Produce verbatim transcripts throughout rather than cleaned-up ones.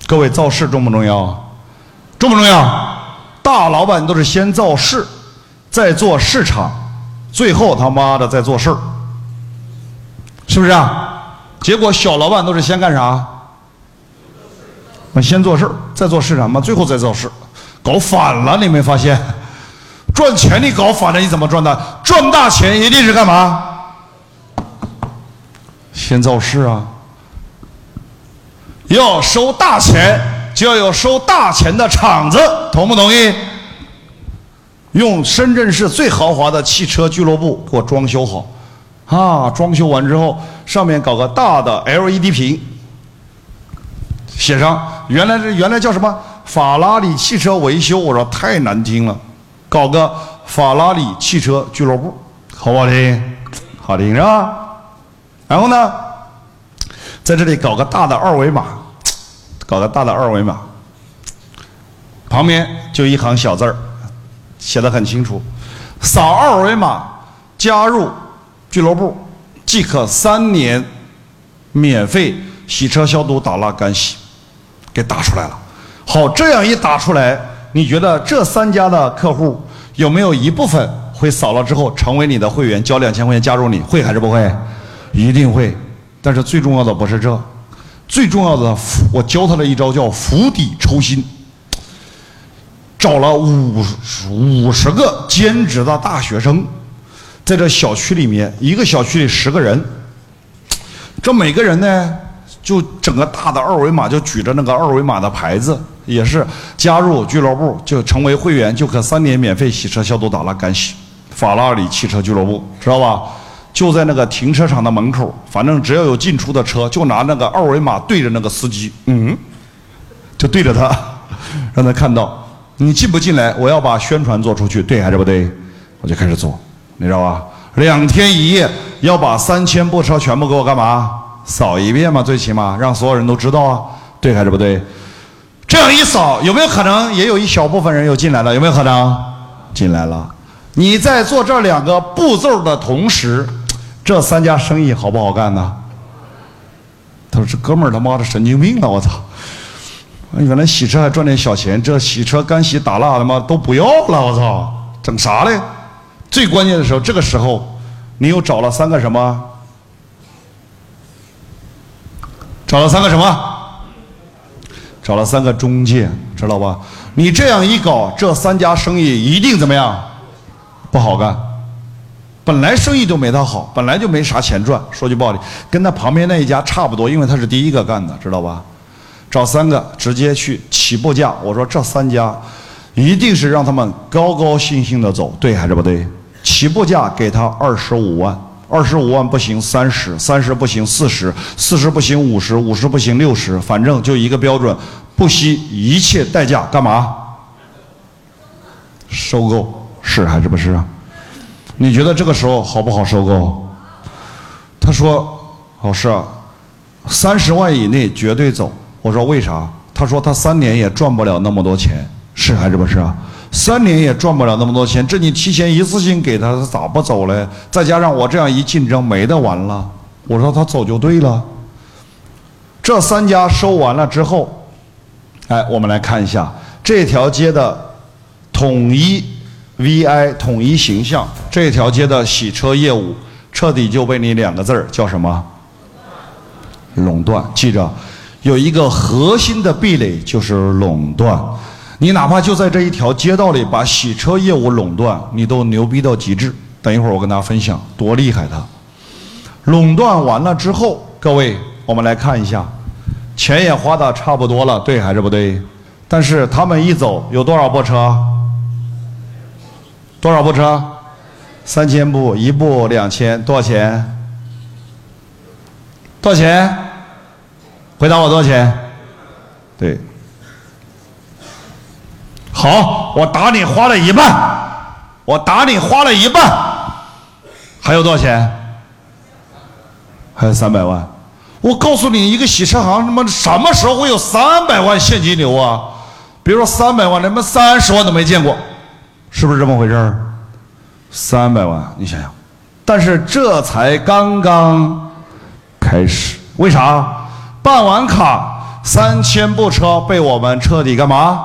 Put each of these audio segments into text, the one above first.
各位造势重不重要？重不重要？大老板都是先造势，再做市场，最后他妈的再做事儿，是不是啊？结果小老板都是先干啥？先做事儿，再做市场嘛，最后再造势，搞反了，你没发现？赚钱你搞反了，你怎么赚大？赚大钱一定是干嘛？先造势啊！要收大钱，就要有收大钱的厂子，同不同意？用深圳市最豪华的汽车俱乐部给我装修好，啊，装修完之后，上面搞个大的 L E D 屏，写上原来是原来叫什么法拉利汽车维修，我说太难听了，搞个法拉利汽车俱乐部，好不好听？好听是吧？然后呢，在这里搞个大的二维码，搞个大的二维码，旁边就一行小字儿，写得很清楚：扫二维码加入俱乐部，即可三年免费洗车、消毒、打蜡、干洗，给打出来了。好，这样一打出来，你觉得这三家的客户有没有一部分会扫了之后成为你的会员，交两千块钱加入你？会还是不会？一定会。但是最重要的不是这，最重要的，我教他的一招叫釜底抽薪。找了五五十个兼职的大学生，在这小区里面，一个小区里十个人，这每个人呢，就整个大的二维码，就举着那个二维码的牌子，也是加入俱乐部就成为会员，就可三年免费洗车、消毒、打蜡、干洗。法拉利汽车俱乐部，知道吧？就在那个停车场的门口，反正只要有进出的车，就拿那个二维码对着那个司机，嗯，就对着他，让他看到。你进不进来？我要把宣传做出去，对还是不对？我就开始做，你知道吧？两天一夜要把三千部车全部给我干嘛？扫一遍嘛，最起码让所有人都知道啊，对还是不对？这样一扫，有没有可能也有一小部分人又进来了？有没有可能进来了？你在做这两个步骤的同时，这三家生意好不好干呢？他说：“这哥们儿他妈的神经病啊！我操！”原来洗车还赚点小钱，这洗车、干洗、打蜡他妈都不要了，我操，整啥嘞？最关键的时候，这个时候，你又找了三个什么？找了三个什么？找了三个中介，知道吧？你这样一搞，这三家生意一定怎么样？不好干。本来生意就没他好，本来就没啥钱赚。说句不好听，跟他旁边那一家差不多，因为他是第一个干的，知道吧？找三个直接去起步价，我说这三家一定是让他们高高兴兴的走，对还是不对？起步价给他二十五万，二十五万不行三十，三十不行四十，四十不行五十，五十不行六十，反正就一个标准，不惜一切代价干嘛？收购，是还是不是啊？你觉得这个时候好不好收购？他说：“老师啊，三十万以内绝对走。”我说为啥？他说他三年也赚不了那么多钱，是还是不是啊？三年也赚不了那么多钱，这你提前一次性给他，他咋不走嘞？再加上我这样一竞争，没得玩了。我说他走就对了。这三家收完了之后，哎，我们来看一下这条街的统一 V I 统一形象，这条街的洗车业务彻底就被你两个字儿叫什么？垄断。记着。有一个核心的壁垒就是垄断，你哪怕就在这一条街道里把洗车业务垄断，你都牛逼到极致。等一会儿我跟大家分享多厉害它。垄断完了之后，各位我们来看一下，钱也花的差不多了，对还是不对？但是他们一走有多少部车？多少部车？三千部，一部两千，多少钱？多少钱？回答我多少钱？对，好，我打你花了一半，我打你花了一半，还有多少钱？还有三百万。我告诉你，一个洗车行他妈什么时候会有三百万现金流啊？比如说三百万，他妈三十万都没见过，是不是这么回事儿？三百万，你想想，但是这才刚刚开始，为啥？办完卡三千部车被我们彻底干嘛？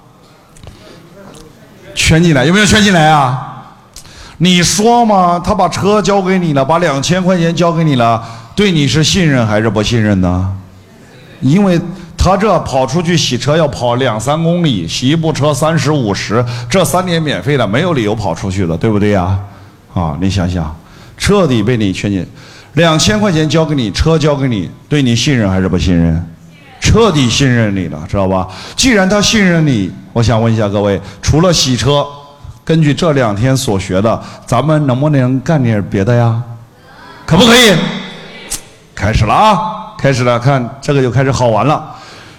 圈进来，有没有圈进来啊？你说嘛，他把车交给你了，把两千块钱交给你了，对你是信任还是不信任呢？因为他这跑出去洗车要跑两三公里，洗一部车三十五十，这三年免费了，没有理由跑出去了，对不对呀？啊，你想想，彻底被你圈进，两千块钱交给你，车交给你，对你信任还是不信任？彻底信任你了，知道吧？既然他信任你，我想问一下各位，除了洗车，根据这两天所学的，咱们能不能干点别的呀？可不可以？开始了啊！开始了，看这个就开始好玩了。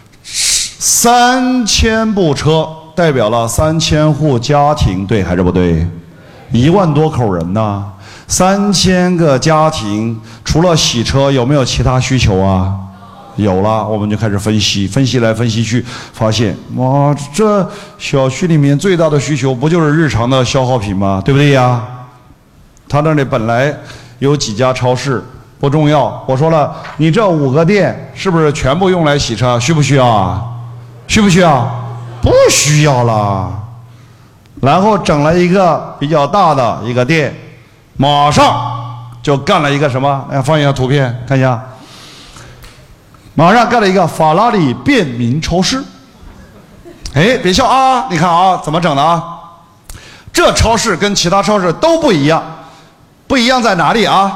三千部车代表了三千户家庭，对还是不对？一万多口人呢，三千个家庭，除了洗车，有没有其他需求啊？有了，我们就开始分析，分析来分析去，发现哇，这小区里面最大的需求不就是日常的消耗品吗？对不对呀？他那里本来有几家超市，不重要。我说了，你这五个店是不是全部用来洗车？需不需要啊？需不需要？不需要了。然后整了一个比较大的一个店，马上就干了一个什么？哎，放一下图片看一下。马上干了一个法拉利便民超市。哎，别笑啊！你看啊，怎么整的啊？这超市跟其他超市都不一样，不一样在哪里啊？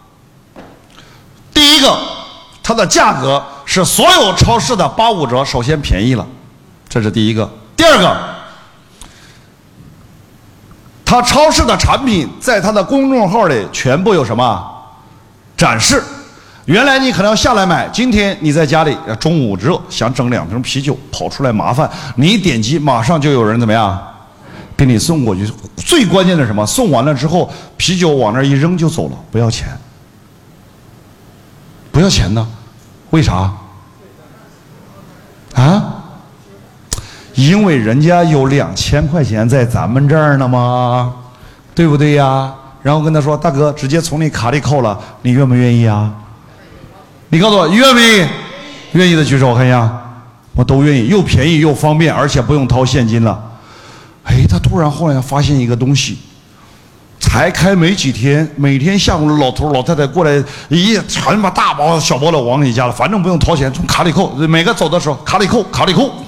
第一个，它的价格是所有超市的八五折，首先便宜了，这是第一个。第二个，它超市的产品在它的公众号里全部有什么展示？原来你可能要下来买，今天你在家里，中午热想整两瓶啤酒，跑出来麻烦，你一点击马上就有人怎么样，给你送过去。最关键的是什么？送完了之后，啤酒往那一扔就走了，不要钱，不要钱呢？为啥？啊？因为人家有两千块钱在咱们这儿呢吗？对不对呀？然后跟他说，大哥，直接从你卡里扣了，你愿不愿意啊？你告诉我，愿不愿意？愿意的举手，我看一下。我都愿意，又便宜又方便，而且不用掏现金了。哎，他突然后来发现一个东西，才开没几天，每天下午老头老太太过来，一全把大包小包的往你家了，反正不用掏钱，从卡里扣。每个走的时候，卡里扣，卡里扣。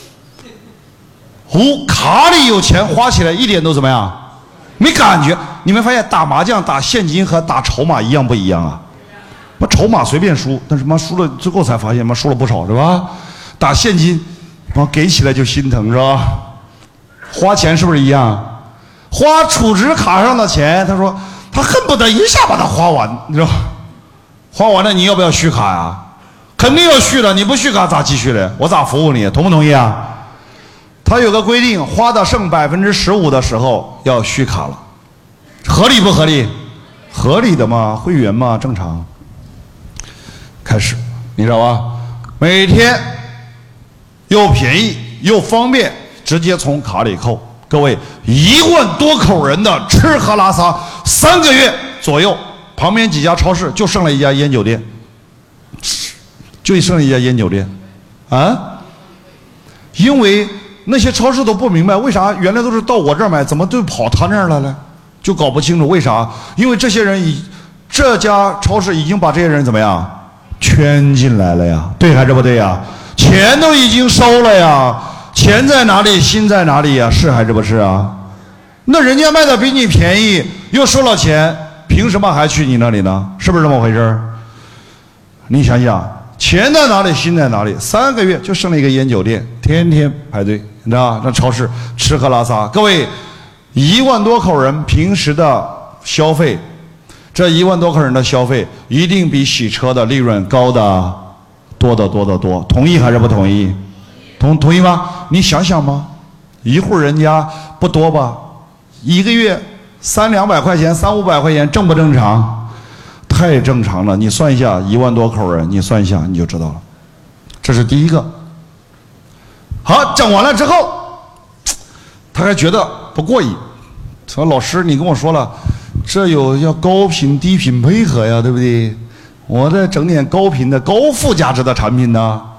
哦，卡里有钱花起来一点都怎么样？没感觉。你们发现打麻将打现金和打筹码一样不一样啊？妈筹码随便输，但是妈输了最后才发现妈输了不少是吧？打现金，妈给起来就心疼是吧？花钱是不是一样？花储值卡上的钱，他说他恨不得一下把它花完，你知道吧？花完了你要不要续卡呀？肯定要续的，你不续卡咋继续嘞？我咋服务你？同不同意啊？他有个规定，花到剩百分之十五的时候要续卡了，合理不合理？合理的嘛，会员嘛，正常。开始，你知道吧？每天又便宜又方便，直接从卡里扣。各位，一万多口人的吃喝拉撒，三个月左右，旁边几家超市就剩了一家烟酒店，就剩了一家烟酒店，啊？因为那些超市都不明白为啥原来都是到我这儿买，怎么就跑他那儿来了？就搞不清楚为啥。因为这些人已，这家超市已经把这些人怎么样？圈进来了呀，对还是不对呀？钱都已经收了呀，钱在哪里，心在哪里呀？是还是不是啊？那人家卖的比你便宜，又收了钱，凭什么还去你那里呢？是不是这么回事？你想想，钱在哪里，心在哪里？三个月就剩了一个烟酒店，天天排队，你知道吧？那超市吃喝拉撒，各位，一万多口人平时的消费。这一万多口人的消费一定比洗车的利润高的多得多得多，同意还是不同意？同同意吗？你想想吗？一户人家不多吧，一个月三两百块钱、三五百块钱，正不正常？太正常了。你算一下，一万多口人，你算一下你就知道了。这是第一个。好，整完了之后，他还觉得不过瘾，说老师，你跟我说了。这有要高频低频配合呀，对不对？我再整点高频的高附加值的产品呢。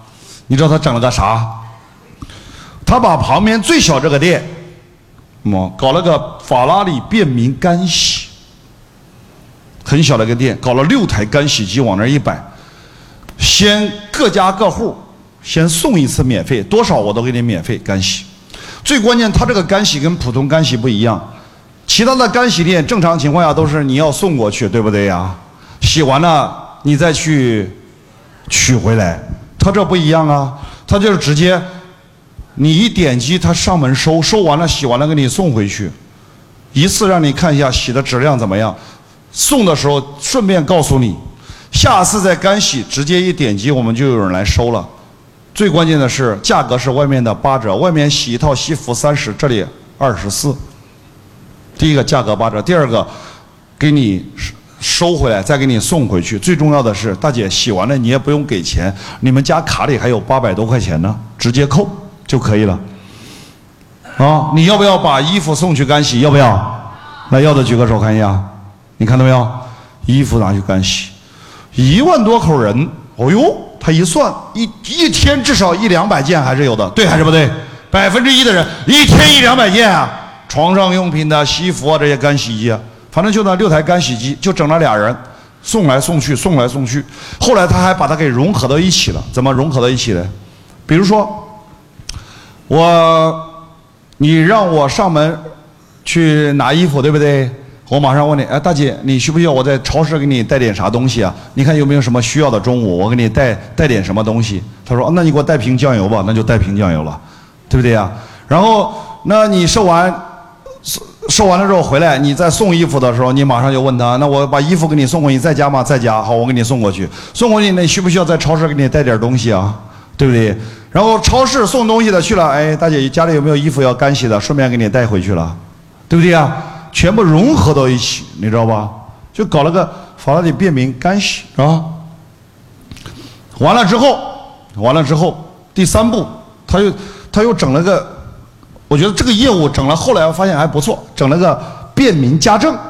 你知道他整了个啥？他把旁边最小这个店，嗯，搞了个法拉利便民干洗，很小的一个店，搞了六台干洗机往那儿一摆，先各家各户先送一次免费，多少我都给你免费干洗。最关键，他这个干洗跟普通干洗不一样，其他的干洗店正常情况下都是你要送过去，对不对呀？洗完了你再去取回来，他这不一样啊，他就是直接你一点击，他上门收，收完了洗完了给你送回去，一次让你看一下洗的质量怎么样，送的时候顺便告诉你，下次再干洗直接一点击我们就有人来收了。最关键的是价格是外面的八折，外面洗一套西服三十，这里二十四。第一个价格八折，第二个给你收回来再给你送回去。最重要的是，大姐洗完了你也不用给钱，你们家卡里还有八百多块钱呢，直接扣就可以了。啊，你要不要把衣服送去干洗？要不要？来，要的举个手看一下。你看到没有？衣服拿去干洗，一万多口人，哦呦，他一算，一一天至少一两百件还是有的，对还是不对？百分之一的人一天一两百件啊，床上用品的、西服啊这些干洗机啊，反正就那六台干洗机，就整了俩人，送来送去，送来送去。后来他还把它给融合到一起了，怎么融合到一起的？比如说，我，你让我上门去拿衣服，对不对？我马上问你，哎，大姐，你需不需要我在超市给你带点啥东西啊？你看有没有什么需要的？中午我给你带带点什么东西？他说，那你给我带瓶酱油吧，那就带瓶酱油了，对不对呀？然后，那你收完，收收完了之后回来，你再送衣服的时候，你马上就问他，那我把衣服给你送过去，在家吗？在家，好，我给你送过去。送过去，那需不需要在超市给你带点东西啊？对不对？然后超市送东西的去了，哎，大姐家里有没有衣服要干洗的？顺便给你带回去了，对不对呀？全部融合到一起，你知道吧？就搞了个法拉利便民干洗啊。完了之后，完了之后，第三步，他又他又整了个，我觉得这个业务整了，后来我发现还不错，整了个便民家政。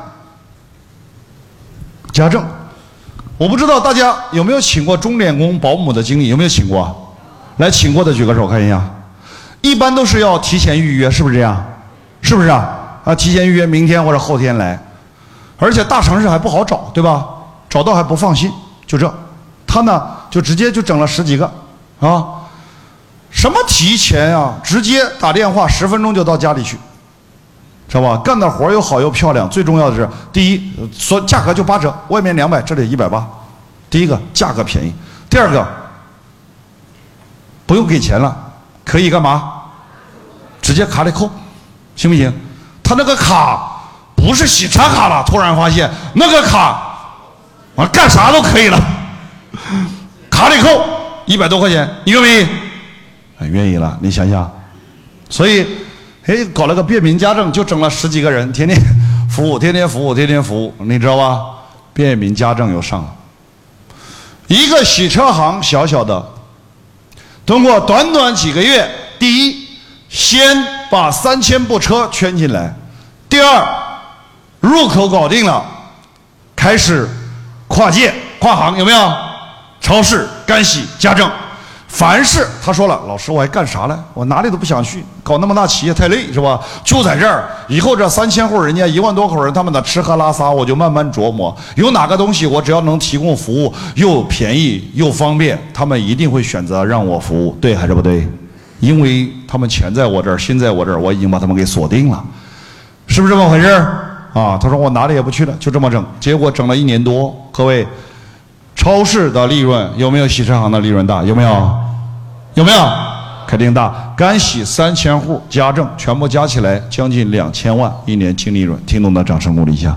家政，我不知道大家有没有请过钟点工、保姆的经历，有没有请过？来，请过的举个手看一下。一般都是要提前预约，是不是这样？是不是啊？啊，提前预约明天或者后天来，而且大城市还不好找，对吧？找到还不放心，就这，他呢就直接就整了十几个，啊，什么提前啊，直接打电话十分钟就到家里去，知道吧？干的活又好又漂亮，最重要的是，第一，说价格就八折，外面两百，这里一百八，第一个价格便宜，第二个不用给钱了，可以干嘛？直接卡里扣，行不行？他那个卡不是洗车卡了，突然发现那个卡，我干啥都可以了，卡里扣一百多块钱，你愿不愿意？哎，愿意了，你想想，所以，哎，搞了个便民家政，就整了十几个人，天天服务，天天服务，天天服务，你知道吧？便民家政又上了，一个洗车行小小的，通过短短几个月，第一，先把三千部车圈进来。第二，入口搞定了，开始跨界跨行，有没有？超市、干洗、家政，凡是他说了，老师我还干啥了？我哪里都不想去，搞那么大企业太累，是吧？就在这儿，以后这三千户人家一万多口人，他们的吃喝拉撒，我就慢慢琢磨，有哪个东西我只要能提供服务，又便宜又方便，他们一定会选择让我服务，对还是不对？因为他们钱在我这儿，心在我这儿，我已经把他们给锁定了。是不是这么回事啊？他说我哪里也不去了，就这么整，结果整了一年多。各位，超市的利润有没有洗车行的利润大？有没有？有没有？肯定大。干洗三千户，家政全部加起来将近两千万一年净利润，听懂的掌声鼓励一下。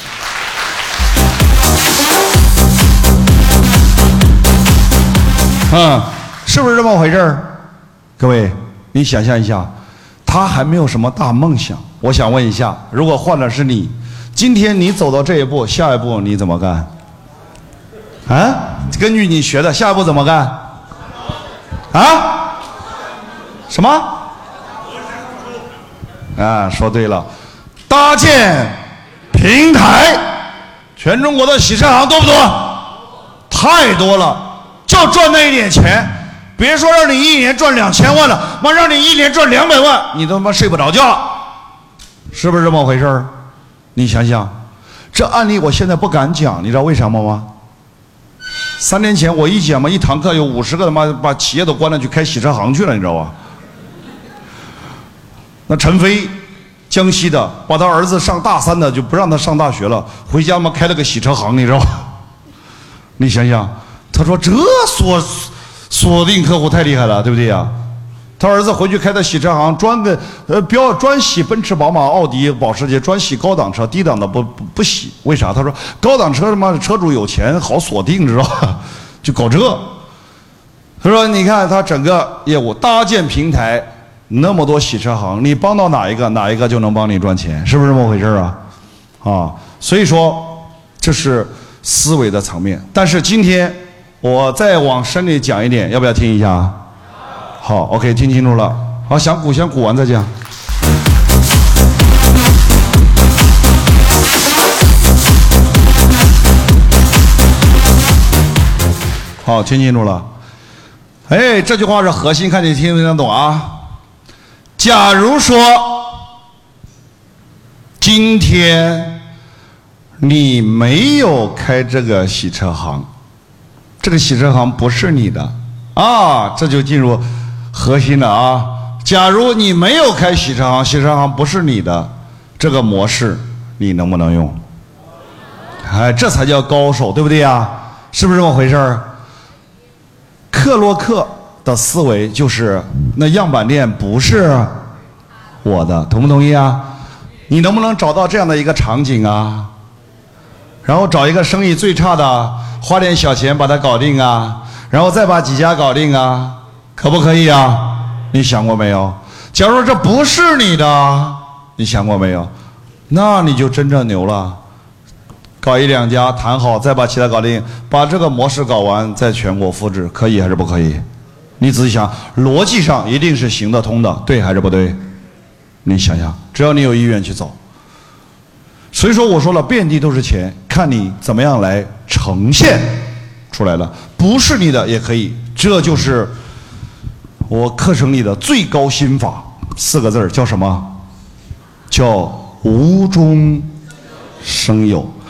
嗯，是不是这么回事？各位，你想象一下，他还没有什么大梦想。我想问一下，如果换的是你，今天你走到这一步，下一步你怎么干？啊？根据你学的，下一步怎么干？啊？什么？啊，说对了，搭建平台，全中国的洗车行多不多？太多了，就赚那一点钱。 别说让你一年赚两千万了，妈让你一年赚两百万，你都他妈睡不着觉，是不是这么回事儿？你想想，这案例我现在不敢讲，你知道为什么吗？三年前我一讲嘛，一堂课有五十个他妈把企业都关了去开洗车行去了，你知道吧？那陈飞，江西的，把他儿子上大三的就不让他上大学了，回家嘛开了个洗车行，你知道吧？你想想，他说这锁锁定客户太厉害了，对不对呀？他儿子回去开的洗车行，专个呃标专洗奔驰、宝马、奥迪、保时捷，专洗高档车，低档的不不不洗。为啥？他说高档车他妈车主有钱好锁定，知道吧？就搞这。他说你看他整个业务搭建平台。那么多洗车行，你帮到哪一个，哪一个就能帮你赚钱，是不是这么回事啊？啊，所以说这是思维的层面。但是今天我再往深里讲一点，要不要听一下？好 ，OK， 听清楚了。好，想鼓先鼓完再讲。好，听清楚了。哎，这句话是核心，看你听不听得懂啊？假如说今天你没有开这个洗车行，这个洗车行不是你的啊，这就进入核心了啊。假如你没有开洗车行，洗车行不是你的，这个模式你能不能用？哎，这才叫高手，对不对呀？是不是这么回事儿？克洛克的思维就是那样板店不是我的，同不同意啊？你能不能找到这样的一个场景啊？然后找一个生意最差的，花点小钱把它搞定啊，然后再把几家搞定啊，可不可以啊？你想过没有？假如这不是你的，你想过没有？那你就真正牛了。搞一两家谈好，再把其他搞定，把这个模式搞完，在全国复制，可以还是不可以？你仔细想，逻辑上一定是行得通的，对还是不对？你想想，只要你有意愿去走。所以说我说了，遍地都是钱，看你怎么样来呈现出来了。不是你的也可以，这就是我课程里的最高心法，四个字儿叫什么？叫无中生有。